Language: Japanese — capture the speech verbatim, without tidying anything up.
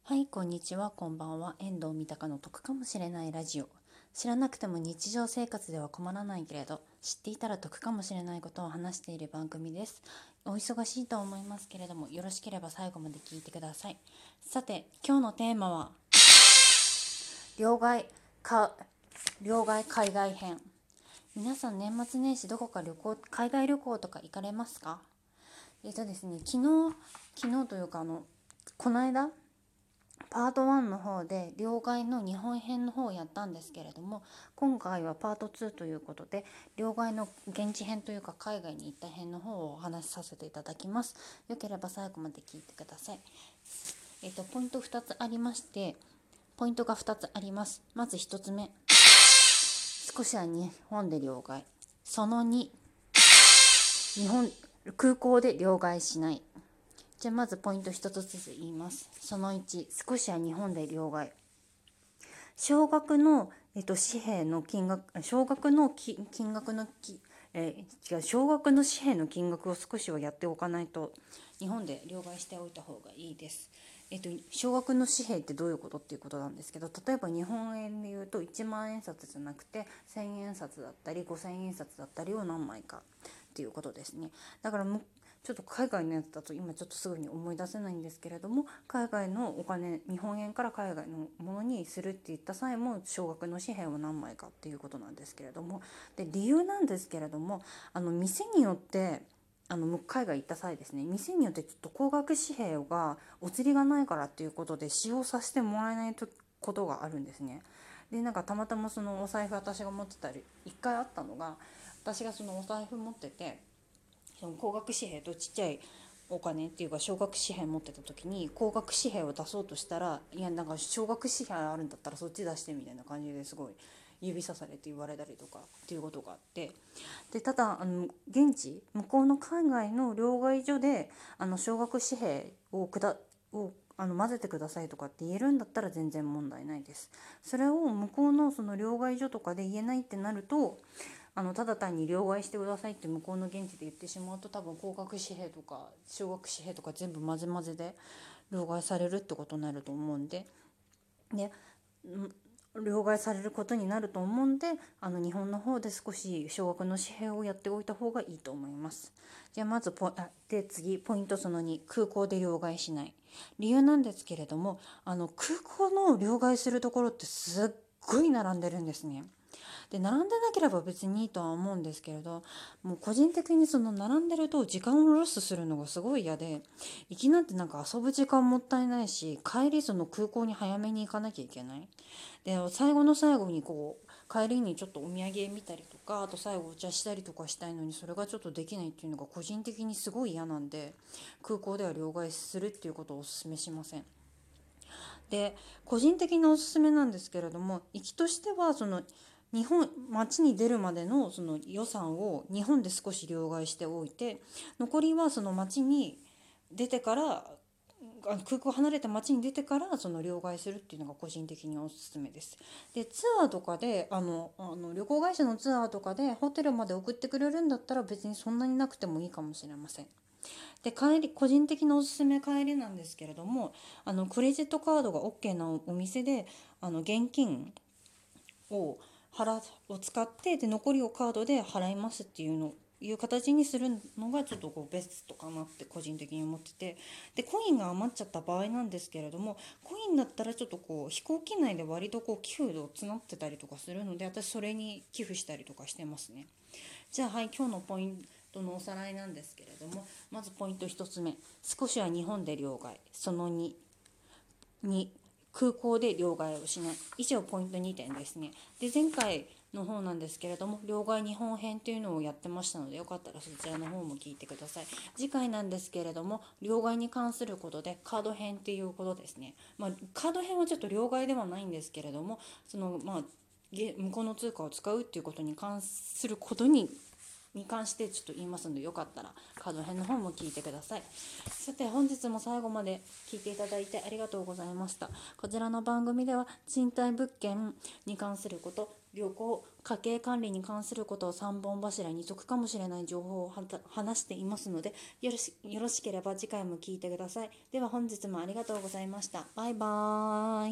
はい、こんにちは、こんばんは。遠藤三鷹の得かもしれないラジオ。知らなくても日常生活では困らないけれど、知っていたら得かもしれないことを話している番組です。お忙しいと思いますけれども、よろしければ最後まで聞いてください。さて、今日のテーマは、両替か、両替海外編。皆さん年末年始どこか旅行、海外旅行とか行かれますか？えっとですね、昨日、昨日というかあの、この間、パートワンの方で両替の日本編の方をやったんですけれども、今回はパートツーということで両替の現地編というか海外に行った編の方をお話しさせていただきます。よければ最後まで聞いてください。えっとポイントふたつありまして、ポイントがふたつあります。まずひとつめ、少しは日本で両替。そのに、日本空港で両替しない。じゃあまずポイント一つずつ言います。そのいち、少しは日本で両替。少額の、えっと、紙幣の金額、少額の金額のき、えー、違う、少額の紙幣の金額を少しはやっておかないと、日本で両替しておいた方がいいです。えっと、少額の紙幣ってどういうことっていうことなんですけど、例えば日本円でいうといちまん円札じゃなくてせんえん札だったりごせんえん札だったりを何枚かっていうことですね。だからむちょっと海外のやつだと今ちょっとすぐに思い出せないんですけれども、海外のお金、日本円から海外のものにするって言った際も少額の紙幣を何枚かっていうことなんですけれども、で理由なんですけれども、あの店によってあの海外行った際ですね、店によってちょっと高額紙幣がお釣りがないからっていうことで使用させてもらえないことがあるんですね。でなんかたまたまそのお財布私が持ってたり一回あったのが、私がそのお財布持ってて、その高額紙幣とちっちゃいお金っていうか少額紙幣持ってた時に高額紙幣を出そうとしたら、いやなんか少額紙幣あるんだったらそっち出してみたいな感じですごい指さされて言われたりとかっていうことがあって、でただあの現地向こうの海外の両替所であの少額紙幣をくだをあの混ぜてくださいとかって言えるんだったら全然問題ないです。それを向こうのその両替所とかで言えないってなると、あのただ単に両替してくださいって向こうの現地で言ってしまうと、多分高額紙幣とか少額紙幣とか全部混ぜ混ぜで両替されるってことになると思うんで、で両替されることになると思うんで、あの日本の方で少し少額の紙幣をやっておいた方がいいと思います。じゃあまずポあで次ポイントそのに、空港で両替しない。理由なんですけれども、あの空港の両替するところってすっごい並んでるんですね。で並んでなければ別にいいとは思うんですけれど、もう個人的にその並んでると時間をロスするのがすごい嫌で、行きなんてなんか遊ぶ時間もったいないし、帰りその空港に早めに行かなきゃいけない。で最後の最後にこう帰りにちょっとお土産見たりとか、あと最後お茶したりとかしたいのにそれがちょっとできないっていうのが個人的にすごい嫌なんで、空港では両替するっていうことをお勧めしません。で個人的なおすすめなんですけれども、行きとしてはその日本街に出るまでのその予算を日本で少し両替しておいて、残りはその街に出てから、空港離れた街に出てからその両替するっていうのが個人的におすすめです。でツアーとかであのあの旅行会社のツアーとかでホテルまで送ってくれるんだったら別にそんなになくてもいいかもしれません。で帰り個人的なおすすめ帰りなんですけれども、あのクレジットカードが OK なお店であの現金を払を使って、で残りをカードで払いますっていうのいう形にするのがちょっとこうベストかなって個人的に思ってて、でコインが余っちゃった場合なんですけれども、コインだったらちょっとこう飛行機内で割とこう寄付を募ってたりとかするので、私それに寄付したりとかしてますね。じゃあはい今日のポイントのおさらいなんですけれども、まずポイントひとつめ、少しは日本で両替。そのに、に空港で両替をしない。以上ポイントにてんですね。で前回の方なんですけれども、両替日本編っていうのをやってましたので、よかったらそちらの方も聞いてください。次回なんですけれども、両替に関することでカード編っていうことですね。まあカード編はちょっと両替ではないんですけれども、そのまあ向こうの通貨を使うっていうことに関することにに関してちょっと言いますので、よかったらカード編の方も聞いてください。さて本日も最後まで聞いていただいてありがとうございました。こちらの番組では賃貸物件に関すること、 旅行、家計管理に関することをさんぼん柱に得かもしれない情報を話していますので、よろしよろしければ次回も聞いてください。では本日もありがとうございました。バイバーイ。